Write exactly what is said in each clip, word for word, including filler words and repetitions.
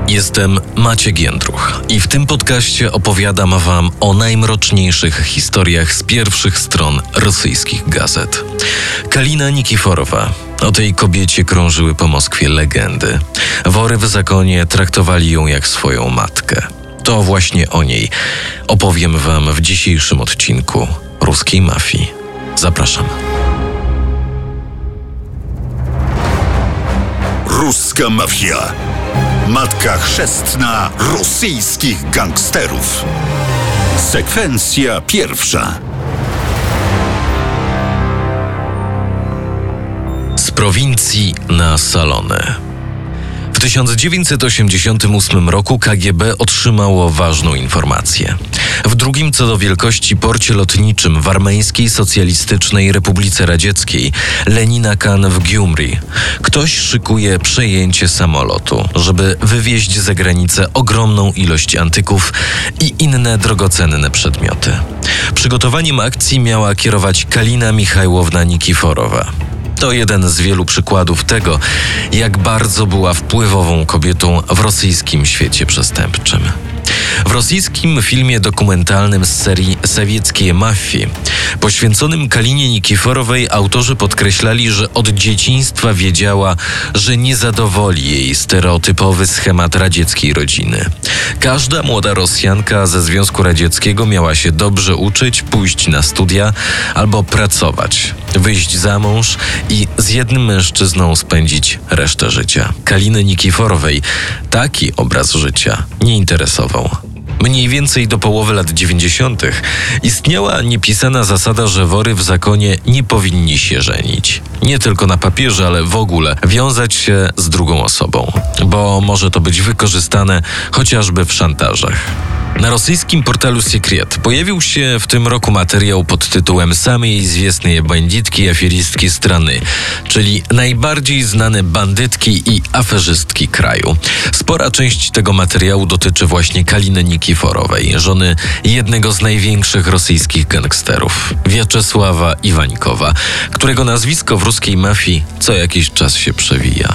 Jestem Maciek Jędruch i w tym podcaście opowiadam wam o najmroczniejszych historiach z pierwszych stron rosyjskich gazet. Kalina Nikiforowa. O tej kobiecie krążyły po Moskwie legendy. Wory w zakonie traktowali ją jak swoją matkę. To właśnie o niej opowiem wam w dzisiejszym odcinku Ruskiej Mafii. Zapraszam. Ruska Mafia. Matka chrzestna rosyjskich gangsterów. Sekwencja pierwsza. Z prowincji na salony. W tysiąc dziewięćset osiemdziesiątym ósmym roku K G B otrzymało ważną informację. W drugim co do wielkości porcie lotniczym w Armeńskiej Socjalistycznej Republice Radzieckiej, Lenina-Kan w Gyumri, ktoś szykuje przejęcie samolotu, żeby wywieźć za granicę ogromną ilość antyków i inne drogocenne przedmioty. Przygotowaniem akcji miała kierować Kalina Michajłowna Nikiforowa. To jeden z wielu przykładów tego, jak bardzo była wpływową kobietą w rosyjskim świecie przestępczym. W rosyjskim filmie dokumentalnym z serii Sowieckie Mafii, poświęconym Kalinie Nikiforowej, autorzy podkreślali, że od dzieciństwa wiedziała, że nie zadowoli jej stereotypowy schemat radzieckiej rodziny. Każda młoda Rosjanka ze Związku Radzieckiego miała się dobrze uczyć, pójść na studia albo pracować, wyjść za mąż i z jednym mężczyzną spędzić resztę życia. Kaliny Nikiforowej taki obraz życia nie interesował. Mniej więcej do połowy lat dziewięćdziesiątych istniała niepisana zasada, że wory w zakonie nie powinni się żenić. Nie tylko na papierze, ale w ogóle wiązać się z drugą osobą, bo może to być wykorzystane chociażby w szantażach. Na rosyjskim portalu Sekret pojawił się w tym roku materiał pod tytułem „Самые известные бандитки и аферистки страны”, czyli najbardziej znane bandytki i aferzystki kraju. Spora część tego materiału dotyczy właśnie Kaliny Nikiforowej, żony jednego z największych rosyjskich gangsterów, Wiaczesława Iwańkowa, którego nazwisko w ruskiej mafii co jakiś czas się przewija.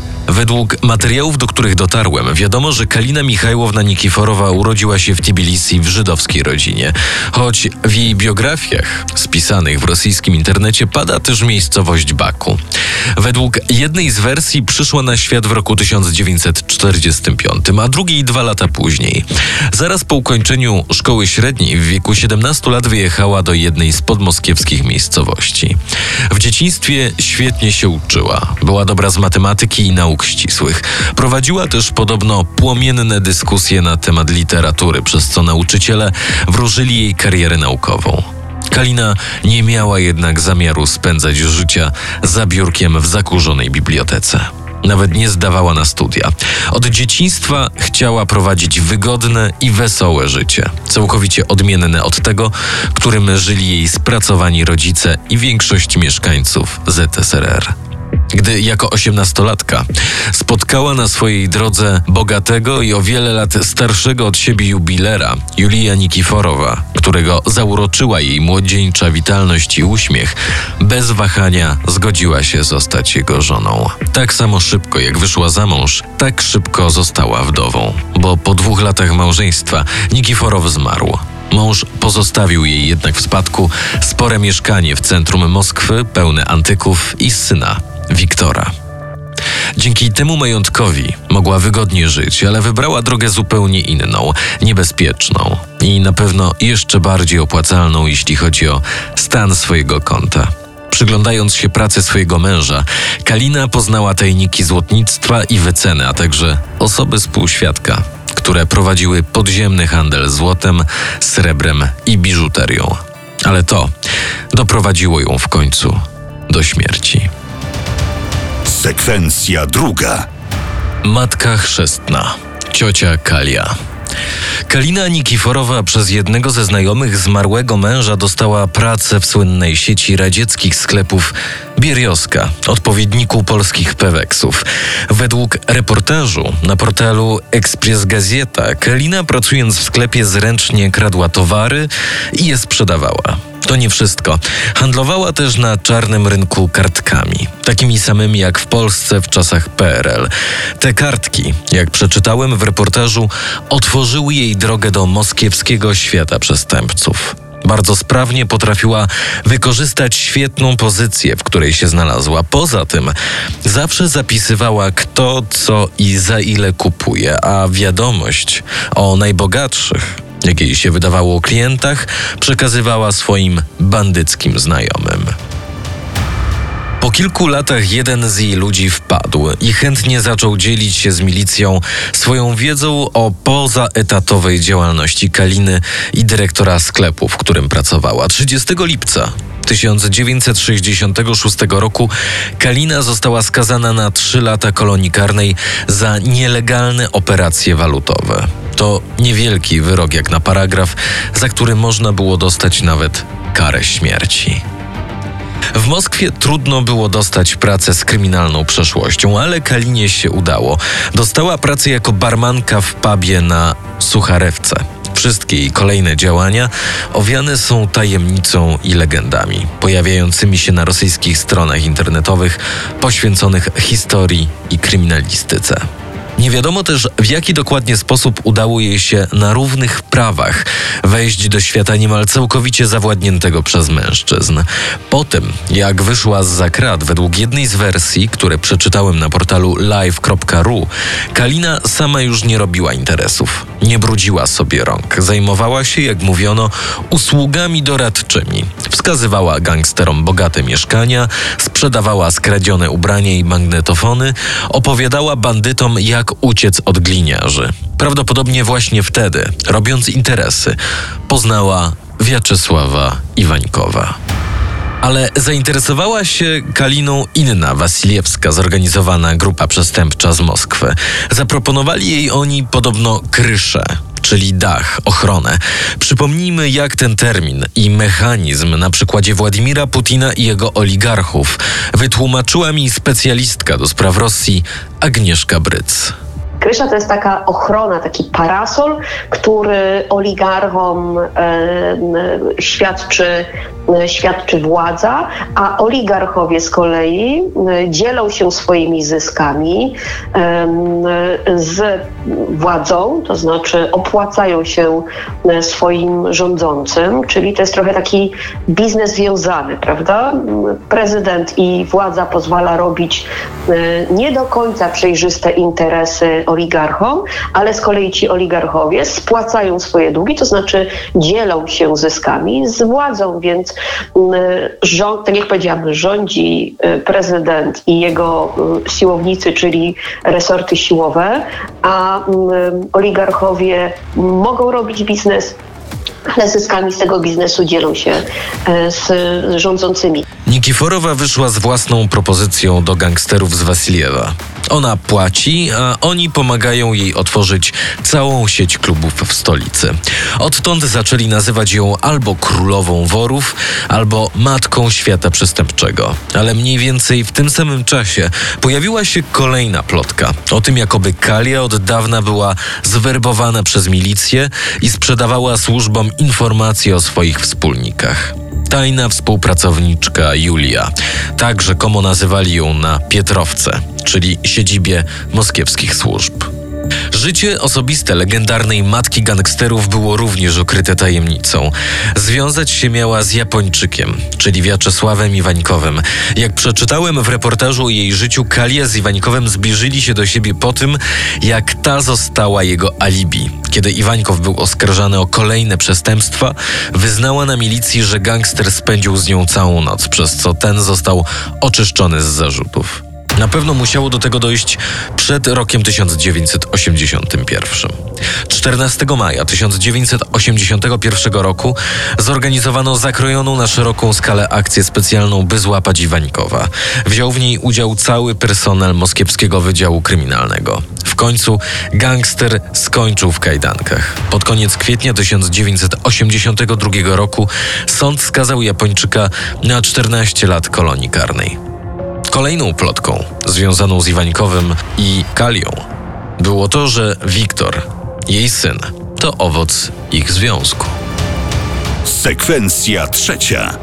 Według materiałów, do których dotarłem, wiadomo, że Kalina Michajłowna Nikiforowa urodziła się w Tbilisi w żydowskiej rodzinie, choć w jej biografiach spisanych w rosyjskim internecie pada też miejscowość Baku. Według jednej z wersji przyszła na świat w roku tysiąc dziewięćset czterdziestym piątym, a drugiej dwa lata później. Zaraz po ukończeniu szkoły średniej w wieku siedemnastu lat wyjechała do jednej z podmoskiewskich miejscowości. W dzieciństwie świetnie się uczyła, była dobra z matematyki i nauk ścisłych. Prowadziła też podobno płomienne dyskusje na temat literatury, przez co nauczyciele wróżyli jej karierę naukową. Kalina nie miała jednak zamiaru spędzać życia za biurkiem w zakurzonej bibliotece. Nawet nie zdawała na studia. Od dzieciństwa chciała prowadzić wygodne i wesołe życie, całkowicie odmienne od tego, którym żyli jej spracowani rodzice i większość mieszkańców Z S R R. Gdy jako osiemnastolatka spotkała na swojej drodze bogatego i o wiele lat starszego od siebie jubilera, Julija Nikiforowa, którego zauroczyła jej młodzieńcza witalność i uśmiech, bez wahania zgodziła się zostać jego żoną. Tak samo szybko jak wyszła za mąż, tak szybko została wdową, bo po dwóch latach małżeństwa Nikiforow zmarł. Mąż pozostawił jej jednak w spadku spore mieszkanie w centrum Moskwy, pełne antyków i syna, Wiktora. Dzięki temu majątkowi mogła wygodnie żyć, ale wybrała drogę zupełnie inną, niebezpieczną i na pewno jeszcze bardziej opłacalną, jeśli chodzi o stan swojego konta. Przyglądając się pracy swojego męża, Kalina poznała tajniki złotnictwa i wyceny, a także osoby współświadka, które prowadziły podziemny handel złotem, srebrem i biżuterią. Ale to doprowadziło ją w końcu do śmierci. Sekwencja druga. Matka chrzestna, ciocia Kalia. Kalina Nikiforowa przez jednego ze znajomych zmarłego męża dostała pracę w słynnej sieci radzieckich sklepów Bierioska, odpowiedniku polskich Peweksów. Według reportażu na portalu Express Gazeta, Kalina, pracując w sklepie, zręcznie kradła towary i je sprzedawała. To nie wszystko. Handlowała też na czarnym rynku kartkami, takimi samymi jak w Polsce w czasach P R L. Te kartki, jak przeczytałem w reportażu, otworzyły jej drogę do moskiewskiego świata przestępców. Bardzo sprawnie potrafiła wykorzystać świetną pozycję, w której się znalazła. Poza tym zawsze zapisywała, kto, co i za ile kupuje, a wiadomość o najbogatszych, jak jej się wydawało, klientach, przekazywała swoim bandyckim znajomym. Po kilku latach jeden z jej ludzi wpadł i chętnie zaczął dzielić się z milicją swoją wiedzą o pozaetatowej działalności Kaliny i dyrektora sklepu, w którym pracowała. trzydziestego lipca tysiąc dziewięćset sześćdziesiątego szóstego roku Kalina została skazana na trzy lata kolonii karnej za nielegalne operacje walutowe. To niewielki wyrok jak na paragraf, za który można było dostać nawet karę śmierci. W Moskwie trudno było dostać pracę z kryminalną przeszłością, ale Kalinie się udało. Dostała pracę jako barmanka w pubie na Sucharewce. Wszystkie jej kolejne działania owiane są tajemnicą i legendami, pojawiającymi się na rosyjskich stronach internetowych poświęconych historii i kryminalistyce. Nie wiadomo też, w jaki dokładnie sposób udało jej się na równych prawach wejść do świata niemal całkowicie zawładniętego przez mężczyzn. Po tym, jak wyszła zza krat, według jednej z wersji, które przeczytałem na portalu live kropka r u, Kalina sama już nie robiła interesów. Nie brudziła sobie rąk. Zajmowała się, jak mówiono, usługami doradczymi. Wskazywała gangsterom bogate mieszkania, sprzedawała skradzione ubrania i magnetofony, opowiadała bandytom, jak uciec od gliniarzy. Prawdopodobnie właśnie wtedy, robiąc interesy, poznała Wiaczesława Iwańkowa. Ale zainteresowała się Kaliną inna Wasiliewska, zorganizowana grupa przestępcza z Moskwy. Zaproponowali jej oni podobno kryszę, czyli dach, ochronę. Przypomnijmy, jak ten termin i mechanizm na przykładzie Władimira Putina i jego oligarchów wytłumaczyła mi specjalistka do spraw Rosji Agnieszka Bryc. Krysza to jest taka ochrona, taki parasol, który oligarchom e, e, świadczy, e, świadczy władza, a oligarchowie z kolei e, dzielą się swoimi zyskami e, z władzą, to znaczy opłacają się swoim rządzącym, czyli to jest trochę taki biznes związany, prawda? Prezydent i władza pozwala robić e, nie do końca przejrzyste interesy oligarchom, ale z kolei ci oligarchowie spłacają swoje długi, to znaczy dzielą się zyskami z władzą, więc rząd, tak jak powiedziałam, rządzi prezydent i jego siłownicy, czyli resorty siłowe, a oligarchowie mogą robić biznes, ale zyskami z tego biznesu dzielą się z rządzącymi. Nikiforowa wyszła z własną propozycją do gangsterów z Wasiliewa. Ona płaci, a oni pomagają jej otworzyć całą sieć klubów w stolicy. Odtąd zaczęli nazywać ją albo królową worów, albo matką świata przestępczego. Ale mniej więcej w tym samym czasie pojawiła się kolejna plotka o tym, jakoby Kalia od dawna była zwerbowana przez milicję i sprzedawała służbom informacje o swoich wspólnikach. Tajna współpracowniczka Julia. Tak rzekomo nazywali ją na Pietrowce, czyli siedzibie moskiewskich służb. Życie osobiste legendarnej matki gangsterów było również okryte tajemnicą. Związać się miała z Japończykiem, czyli Wiaczesławem Iwańkowym. Jak przeczytałem w reportażu o jej życiu, Kalia z Iwańkowem zbliżyli się do siebie po tym, jak ta została jego alibi. Kiedy Iwańkow był oskarżany o kolejne przestępstwa, wyznała na milicji, że gangster spędził z nią całą noc, przez co ten został oczyszczony z zarzutów. Na pewno musiało do tego dojść przed rokiem tysiąc dziewięćset osiemdziesiątym pierwszym. czternastego maja tysiąc dziewięćset osiemdziesiątego pierwszego roku zorganizowano zakrojoną na szeroką skalę akcję specjalną, by złapać Iwańkowa. Wziął w niej udział cały personel moskiewskiego Wydziału Kryminalnego. W końcu gangster skończył w kajdankach. Pod koniec kwietnia tysiąc dziewięćset osiemdziesiątego drugiego roku sąd skazał Japończyka na czternaście lat kolonii karnej. Kolejną plotką związaną z Iwańkowym i Kalią było to, że Wiktor, jej syn, to owoc ich związku. Sekwencja trzecia.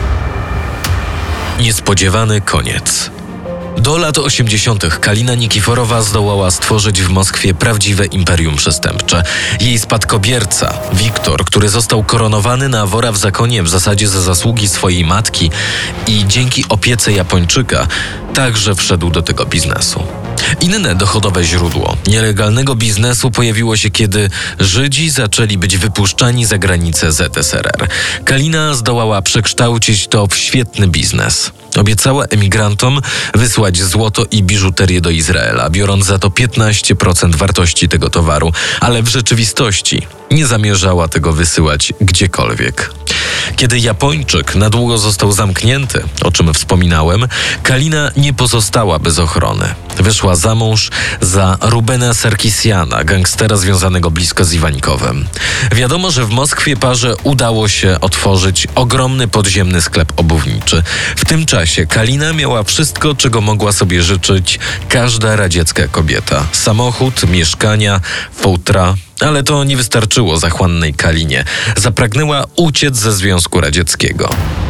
Niespodziewany koniec. Do lat osiemdziesiątych Kalina Nikiforowa zdołała stworzyć w Moskwie prawdziwe imperium przestępcze. Jej spadkobierca, Wiktor, który został koronowany na wora w zakonie w zasadzie za zasługi swojej matki i dzięki opiece Japończyka, także wszedł do tego biznesu. Inne dochodowe źródło nielegalnego biznesu pojawiło się, kiedy Żydzi zaczęli być wypuszczani za granicę Z S R R. Kalina zdołała przekształcić to w świetny biznes. Obiecała emigrantom wysłać złoto i biżuterię do Izraela, biorąc za to piętnaście procent wartości tego towaru, ale w rzeczywistości nie zamierzała tego wysyłać gdziekolwiek. Kiedy Japończyk na długo został zamknięty, o czym wspominałem, Kalina nie pozostała bez ochrony. Wyszła za mąż za Rubena Sarkisiana, gangstera związanego blisko z Iwańkowem. Wiadomo, że w Moskwie parze udało się otworzyć ogromny podziemny sklep obuwniczy. W tym czasie Kalina miała wszystko, czego mogła sobie życzyć każda radziecka kobieta. Samochód, mieszkania, futra. Ale to nie wystarczyło zachłannej Kalinie. Zapragnęła uciec ze Związku Radzieckiego.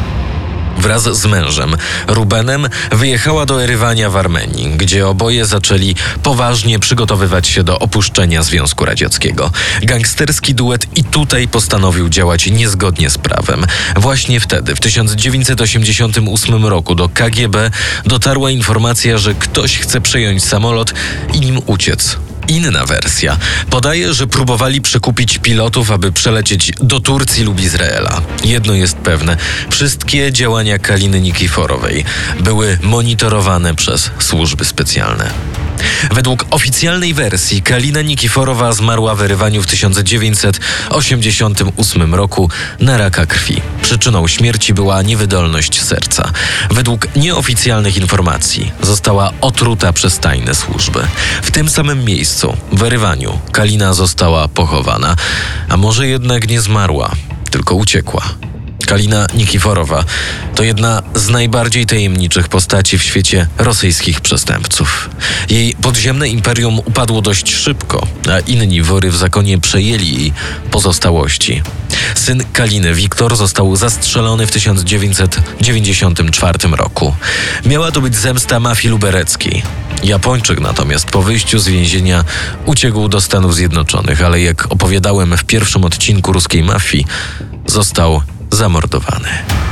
Wraz z mężem, Rubenem, wyjechała do Erywania w Armenii, gdzie oboje zaczęli poważnie przygotowywać się do opuszczenia Związku Radzieckiego. Gangsterski duet i tutaj postanowił działać niezgodnie z prawem. Właśnie wtedy, w tysiąc dziewięćset osiemdziesiątym ósmym roku do K G B dotarła informacja, że ktoś chce przejąć samolot i nim uciec. Inna wersja podaje, że próbowali przekupić pilotów, aby przelecieć do Turcji lub Izraela. Jedno jest pewne, wszystkie działania Kaliny Nikiforowej były monitorowane przez służby specjalne. Według oficjalnej wersji Kalina Nikiforowa zmarła w Erywaniu w tysiąc dziewięćset osiemdziesiątym ósmym roku na raka krwi. Przyczyną śmierci była niewydolność serca. Według nieoficjalnych informacji została otruta przez tajne służby. W tym samym miejscu, w Erywaniu, Kalina została pochowana, a może jednak nie zmarła, tylko uciekła. Kalina Nikiforowa to jedna z najbardziej tajemniczych postaci w świecie rosyjskich przestępców. Jej podziemne imperium upadło dość szybko, a inni wory w zakonie przejęli jej pozostałości. Syn Kaliny, Wiktor, został zastrzelony w tysiąc dziewięćset dziewięćdziesiątym czwartym roku. Miała to być zemsta mafii lubereckiej. Japończyk natomiast po wyjściu z więzienia uciekł do Stanów Zjednoczonych, ale jak opowiadałem w pierwszym odcinku Ruskiej Mafii, został zamordowany.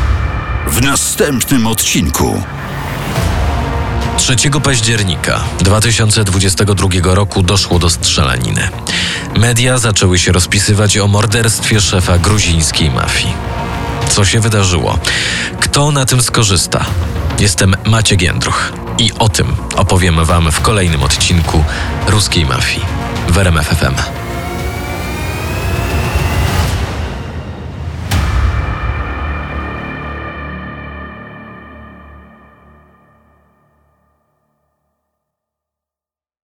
W następnym odcinku. trzeciego października dwa tysiące dwudziestego drugiego roku doszło do strzelaniny. Media zaczęły się rozpisywać o morderstwie szefa gruzińskiej mafii. Co się wydarzyło? Kto na tym skorzysta? Jestem Maciek Jędruch i o tym opowiem wam w kolejnym odcinku Ruskiej Mafii w R M F F M.